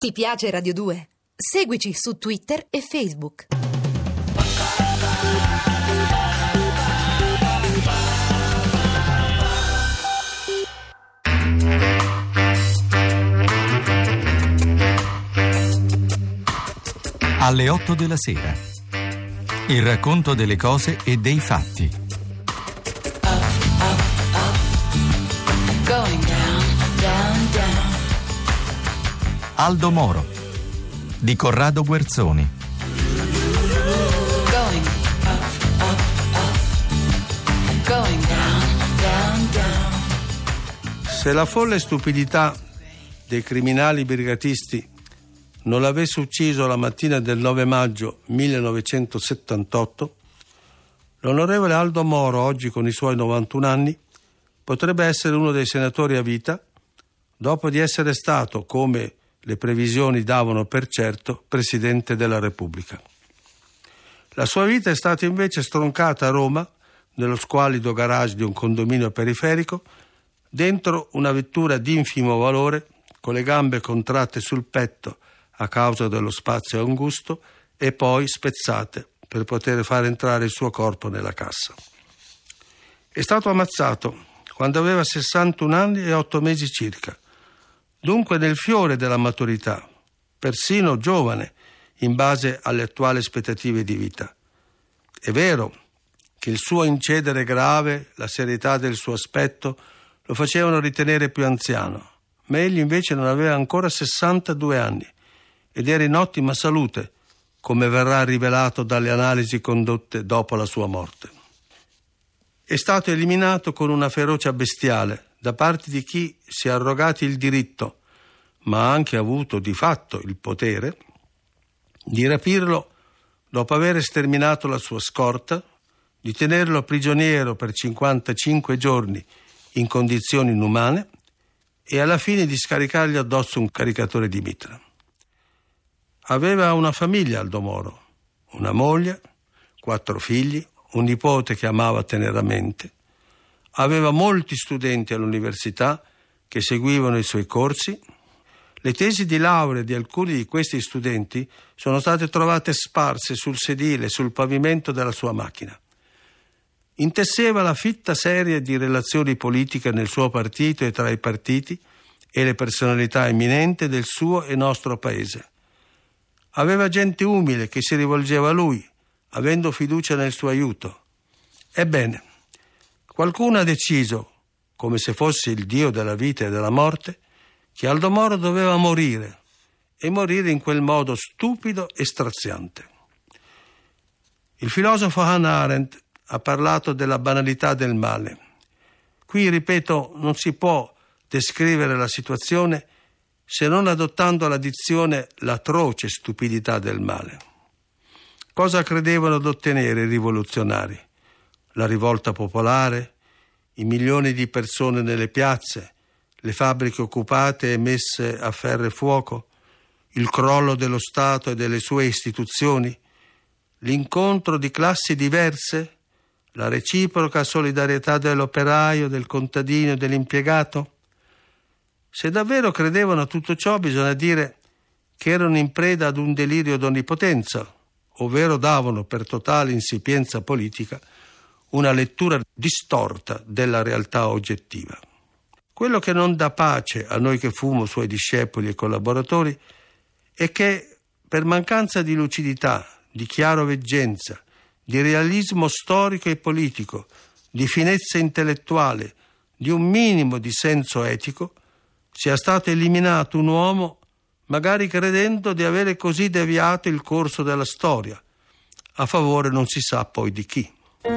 Ti piace Radio 2? Seguici su Twitter e Facebook. Alle 8 della sera. Il racconto delle cose e dei fatti. Going down, down, down. Aldo Moro di Corrado Guerzoni. Going up, up, up. Going down, down, down. Se la folle stupidità dei criminali brigatisti non l'avesse ucciso la mattina del 9 maggio 1978, l'onorevole Aldo Moro, oggi con i suoi 91 anni, potrebbe essere uno dei senatori a vita, dopo di essere stato, come le previsioni davano per certo, Presidente della Repubblica. La sua vita è stata invece stroncata a Roma, nello squallido garage di un condominio periferico, dentro una vettura di infimo valore, con le gambe contratte sul petto a causa dello spazio angusto e poi spezzate per poter far entrare il suo corpo nella cassa. È stato ammazzato quando aveva 61 anni e 8 mesi circa, dunque nel fiore della maturità, persino giovane in base alle attuali aspettative di vita. È vero che il suo incedere grave, la serietà del suo aspetto lo facevano ritenere più anziano, ma egli invece non aveva ancora 62 anni ed era in ottima salute, come verrà rivelato dalle analisi condotte dopo la sua morte. È stato eliminato con una ferocia bestiale da parte di chi si è arrogati il diritto, ma ha anche avuto di fatto il potere, di rapirlo dopo aver sterminato la sua scorta, di tenerlo prigioniero per 55 giorni in condizioni inumane e alla fine di scaricargli addosso un caricatore di mitra. Aveva una famiglia Aldo Moro, una moglie, 4 figli, un nipote che amava teneramente. Aveva molti studenti all'università che seguivano i suoi corsi. Le tesi di laurea di alcuni di questi studenti sono state trovate sparse sul sedile, sul pavimento della sua macchina. Intesseva la fitta serie di relazioni politiche nel suo partito e tra i partiti e le personalità eminenti del suo e nostro paese. Aveva gente umile che si rivolgeva a lui, avendo fiducia nel suo aiuto. Ebbene, qualcuno ha deciso, come se fosse il dio della vita e della morte, che Aldo Moro doveva morire, e morire in quel modo stupido e straziante. Il filosofo Hannah Arendt ha parlato della banalità del male. Qui, ripeto, non si può descrivere la situazione se non adottando la dizione l'atroce stupidità del male. Cosa credevano d'ottenere i rivoluzionari? La rivolta popolare? I milioni di persone nelle piazze? Le fabbriche occupate e messe a ferro e fuoco? Il crollo dello Stato e delle sue istituzioni? L'incontro di classi diverse? La reciproca solidarietà dell'operaio, del contadino e dell'impiegato? Se davvero credevano a tutto ciò, bisogna dire che erano in preda ad un delirio d'onnipotenza, ovvero davano per totale insipienza politica una lettura distorta della realtà oggettiva. Quello che non dà pace a noi che fummo suoi discepoli e collaboratori è che, per mancanza di lucidità, di chiaroveggenza, di realismo storico e politico, di finezza intellettuale, di un minimo di senso etico, sia stato eliminato un uomo, magari credendo di avere così deviato il corso della storia, a favore non si sa poi di chi.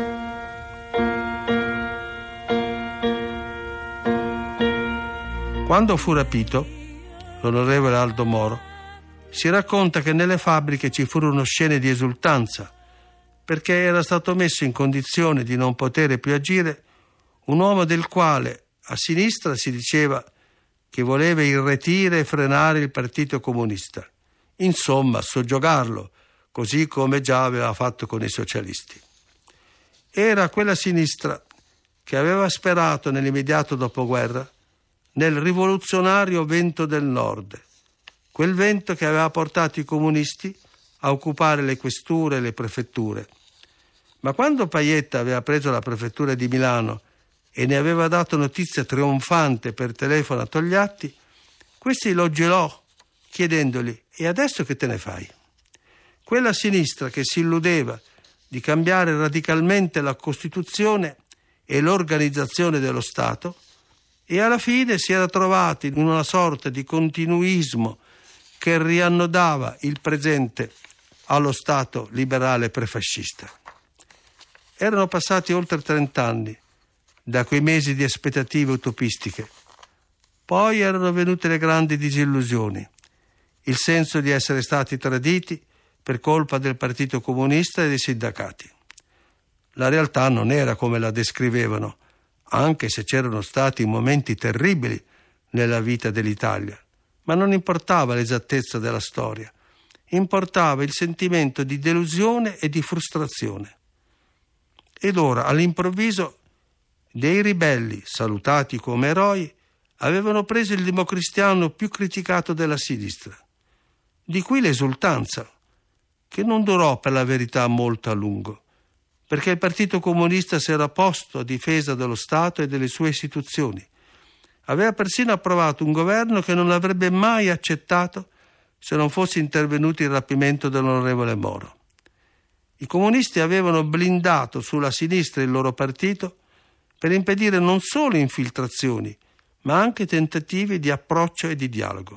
Quando fu rapito, l'onorevole Aldo Moro, si racconta che nelle fabbriche ci furono scene di esultanza, perché era stato messo in condizione di non poter più agire un uomo del quale a sinistra si diceva che voleva irretire e frenare il Partito Comunista, insomma soggiogarlo, così come già aveva fatto con i socialisti. Era quella sinistra che aveva sperato nell'immediato dopoguerra nel rivoluzionario vento del Nord, quel vento che aveva portato i comunisti a occupare le questure e le prefetture. Ma quando Pajetta aveva preso la prefettura di Milano e ne aveva dato notizia trionfante per telefono a Togliatti, questi lo gelò chiedendogli: e adesso che te ne fai? Quella sinistra che si illudeva di cambiare radicalmente la Costituzione e l'organizzazione dello Stato, e alla fine si era trovata in una sorta di continuismo che riannodava il presente allo Stato liberale prefascista. Erano passati oltre 30 anni da quei mesi di aspettative utopistiche. Poi erano venute le grandi disillusioni, il senso di essere stati traditi per colpa del Partito Comunista e dei sindacati. La realtà non era come la descrivevano, anche se c'erano stati momenti terribili nella vita dell'Italia. Ma non importava l'esattezza della storia, importava il sentimento di delusione e di frustrazione. Ed ora, all'improvviso, dei ribelli, salutati come eroi, avevano preso il democristiano più criticato della sinistra. Di qui l'esultanza, che non durò per la verità molto a lungo, perché il Partito Comunista si era posto a difesa dello Stato e delle sue istituzioni. Aveva persino approvato un governo che non avrebbe mai accettato se non fosse intervenuto il rapimento dell'onorevole Moro. I comunisti avevano blindato sulla sinistra il loro partito per impedire non solo infiltrazioni, ma anche tentativi di approccio e di dialogo.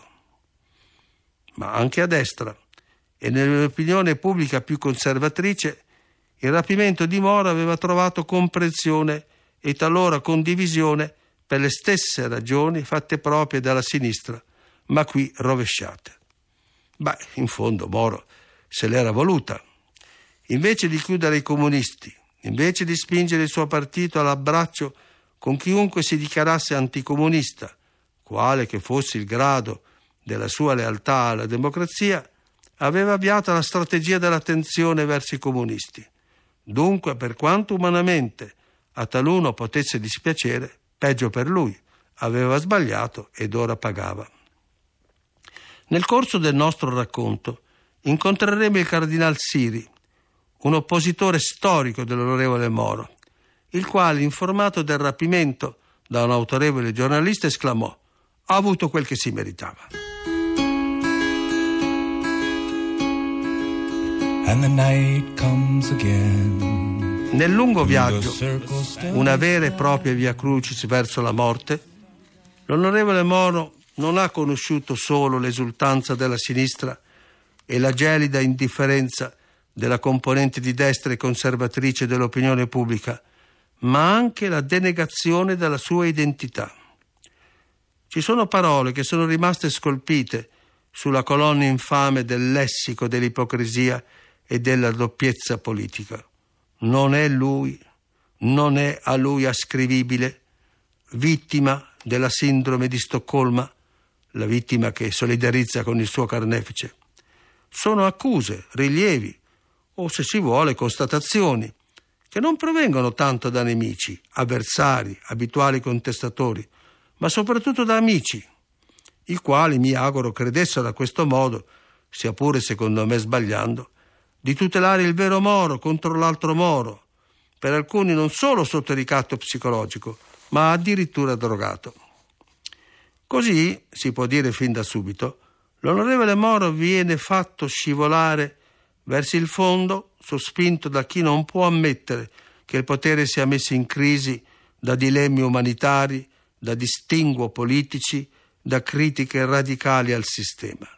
Ma anche a destra e nell'opinione pubblica più conservatrice, il rapimento di Moro aveva trovato comprensione e talora condivisione per le stesse ragioni fatte proprie dalla sinistra, ma qui rovesciate. In fondo Moro se l'era voluta. Invece di chiudere i comunisti, invece di spingere il suo partito all'abbraccio con chiunque si dichiarasse anticomunista, quale che fosse il grado della sua lealtà alla democrazia, aveva avviato la strategia della tensione verso i comunisti. Dunque, per quanto umanamente a taluno potesse dispiacere, peggio per lui, aveva sbagliato ed ora pagava. Nel corso del nostro racconto incontreremo il cardinal Siri, un oppositore storico dell'onorevole Moro, il quale, informato del rapimento da un autorevole giornalista, esclamò: ha avuto quel che si meritava. And the night comes again. Nel lungo viaggio, una vera e propria via crucis verso la morte, l'onorevole Moro non ha conosciuto solo l'esultanza della sinistra e la gelida indifferenza della componente di destra e conservatrice dell'opinione pubblica, ma anche la denegazione della sua identità. Ci sono parole che sono rimaste scolpite sulla colonna infame del lessico dell'ipocrisia e della doppiezza politica. Non è lui, non è a lui ascrivibile, vittima della sindrome di Stoccolma, la vittima che solidarizza con il suo carnefice. Sono accuse, rilievi, o se si vuole constatazioni, che non provengono tanto da nemici, avversari, abituali contestatori, ma soprattutto da amici, i quali, mi auguro, credessero a questo modo, sia pure secondo me sbagliando, di tutelare il vero Moro contro l'altro Moro, per alcuni non solo sotto ricatto psicologico, ma addirittura drogato. Così, si può dire fin da subito, l'onorevole Moro viene fatto scivolare verso il fondo, sospinto da chi non può ammettere che il potere sia messo in crisi da dilemmi umanitari, da distinguo politici, da critiche radicali al sistema.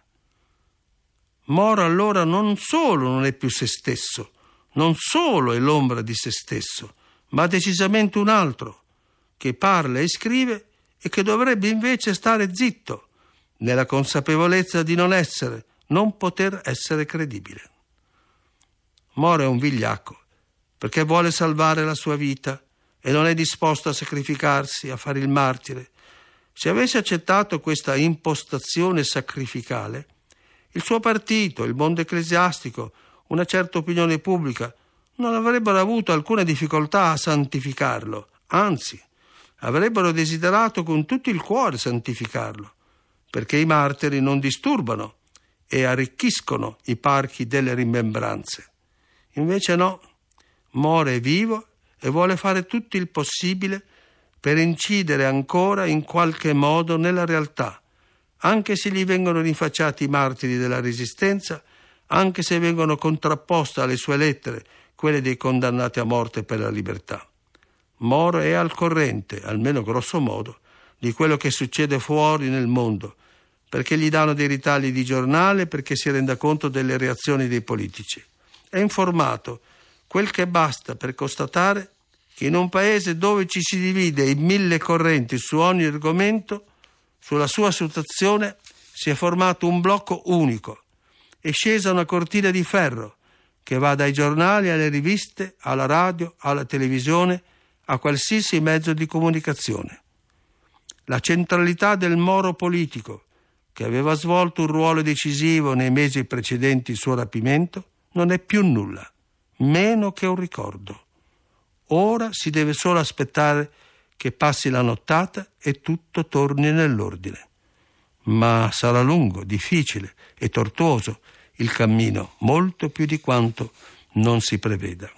Moro allora non solo non è più se stesso, non solo è l'ombra di se stesso, ma decisamente un altro, che parla e scrive e che dovrebbe invece stare zitto, nella consapevolezza di non poter essere credibile. Moro è un vigliacco, perché vuole salvare la sua vita e non è disposto a sacrificarsi, a fare il martire. Se avesse accettato questa impostazione sacrificale, il suo partito, il mondo ecclesiastico, una certa opinione pubblica non avrebbero avuto alcuna difficoltà a santificarlo, anzi, avrebbero desiderato con tutto il cuore santificarlo, perché i martiri non disturbano e arricchiscono i parchi delle rimembranze. Invece no, Moro è vivo e vuole fare tutto il possibile per incidere ancora in qualche modo nella realtà, anche se gli vengono rinfacciati i martiri della Resistenza, anche se vengono contrapposte alle sue lettere quelle dei condannati a morte per la libertà. Moro è al corrente, almeno grosso modo, di quello che succede fuori nel mondo, perché gli danno dei ritagli di giornale, perché si renda conto delle reazioni dei politici. È informato, quel che basta per constatare che in un paese dove ci si divide in 1000 correnti su ogni argomento, sulla sua situazione si è formato un blocco unico, è scesa una cortina di ferro che va dai giornali alle riviste, alla radio, alla televisione, a qualsiasi mezzo di comunicazione. La centralità del Moro politico, che aveva svolto un ruolo decisivo nei mesi precedenti il suo rapimento, non è più nulla, meno che un ricordo. Ora si deve solo aspettare che passi la nottata e tutto torni nell'ordine. Ma sarà lungo, difficile e tortuoso il cammino, molto più di quanto non si preveda.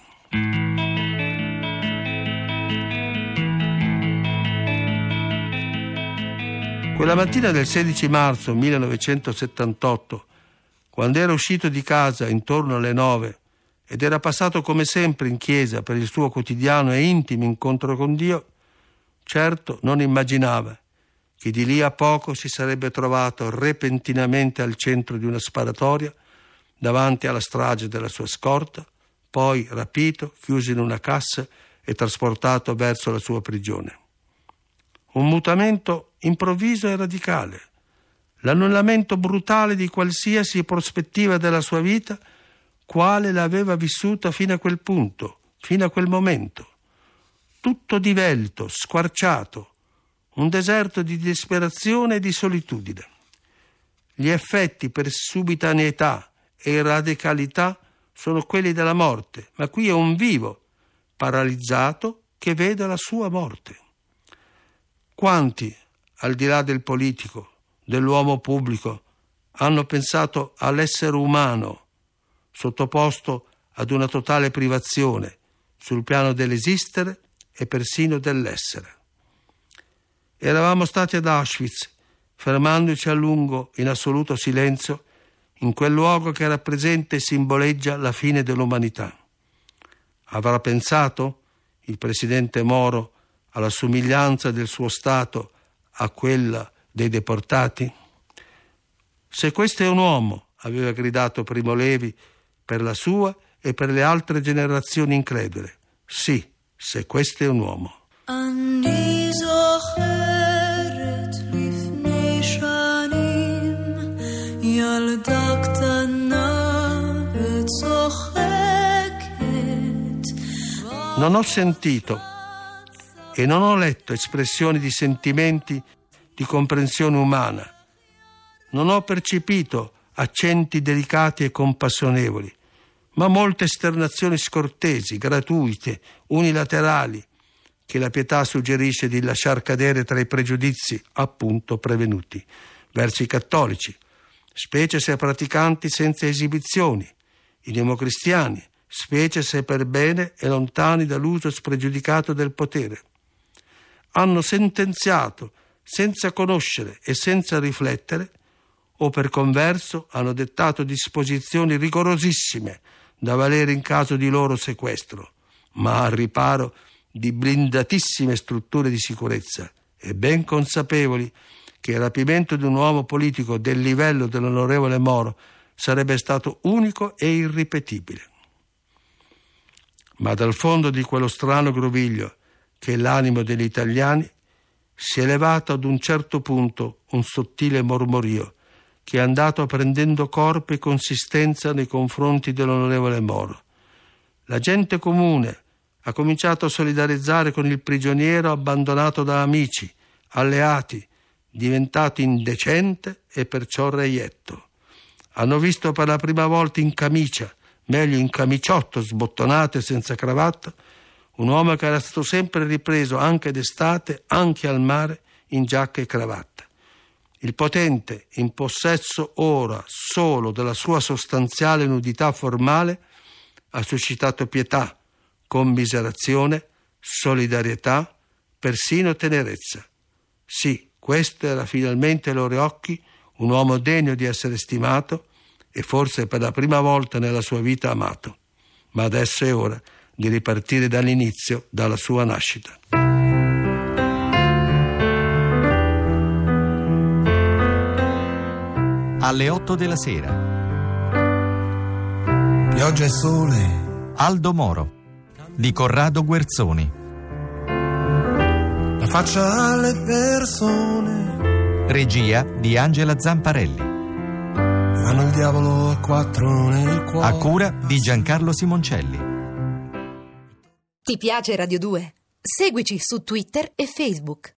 Quella mattina del 16 marzo 1978, quando era uscito di casa intorno alle 9 ed era passato come sempre in chiesa per il suo quotidiano e intimo incontro con Dio, certo non immaginava che di lì a poco si sarebbe trovato repentinamente al centro di una sparatoria, davanti alla strage della sua scorta, poi rapito, chiuso in una cassa e trasportato verso la sua prigione. Un mutamento improvviso e radicale, l'annullamento brutale di qualsiasi prospettiva della sua vita, quale l'aveva vissuta fino a quel punto, fino a quel momento. Tutto divelto, squarciato, un deserto di disperazione e di solitudine. Gli effetti per subitaneità e radicalità sono quelli della morte, ma qui è un vivo, paralizzato, che vede la sua morte. Quanti, al di là del politico, dell'uomo pubblico, hanno pensato all'essere umano sottoposto ad una totale privazione sul piano dell'esistere e persino dell'essere. Eravamo stati ad Auschwitz, fermandoci a lungo in assoluto silenzio in quel luogo che rappresenta e simboleggia la fine dell'umanità. Avrà pensato il presidente Moro alla somiglianza del suo stato a quella dei deportati? Se questo è un uomo, aveva gridato Primo Levi per la sua e per le altre generazioni incredule. Sì, se questo è un uomo. Non ho sentito e non ho letto espressioni di sentimenti di comprensione umana. Non ho percepito accenti delicati e compassionevoli, ma molte esternazioni scortesi, gratuite, unilaterali, che la pietà suggerisce di lasciar cadere tra i pregiudizi appunto prevenuti verso i cattolici, specie se praticanti senza esibizioni, i democristiani, specie se per bene e lontani dall'uso spregiudicato del potere. Hanno sentenziato senza conoscere e senza riflettere, o per converso hanno dettato disposizioni rigorosissime da valere in caso di loro sequestro, ma al riparo di blindatissime strutture di sicurezza e ben consapevoli che il rapimento di un uomo politico del livello dell'onorevole Moro sarebbe stato unico e irripetibile. Ma dal fondo di quello strano groviglio che è l'animo degli italiani si è elevato ad un certo punto un sottile mormorio che è andato prendendo corpo e consistenza nei confronti dell'onorevole Moro. La gente comune ha cominciato a solidarizzare con il prigioniero abbandonato da amici, alleati, diventato indecente e perciò reietto. Hanno visto per la prima volta in camicia, meglio in camiciotto sbottonato e senza cravatta, un uomo che era stato sempre ripreso anche d'estate, anche al mare, in giacca e cravatta. Il potente, in possesso ora solo della sua sostanziale nudità formale, ha suscitato pietà, commiserazione, solidarietà, persino tenerezza. Sì, questo era finalmente ai loro occhi un uomo degno di essere stimato e forse per la prima volta nella sua vita amato. Ma adesso è ora di ripartire dall'inizio, dalla sua nascita. Alle 8 della sera. Pioggia e sole. Aldo Moro di Corrado Guerzoni. La faccia alle persone. Regia di Angela Zamparelli. Hanno il diavolo a 4 nel cuore. A cura di Giancarlo Simoncelli. Ti piace Radio 2? Seguici su Twitter e Facebook.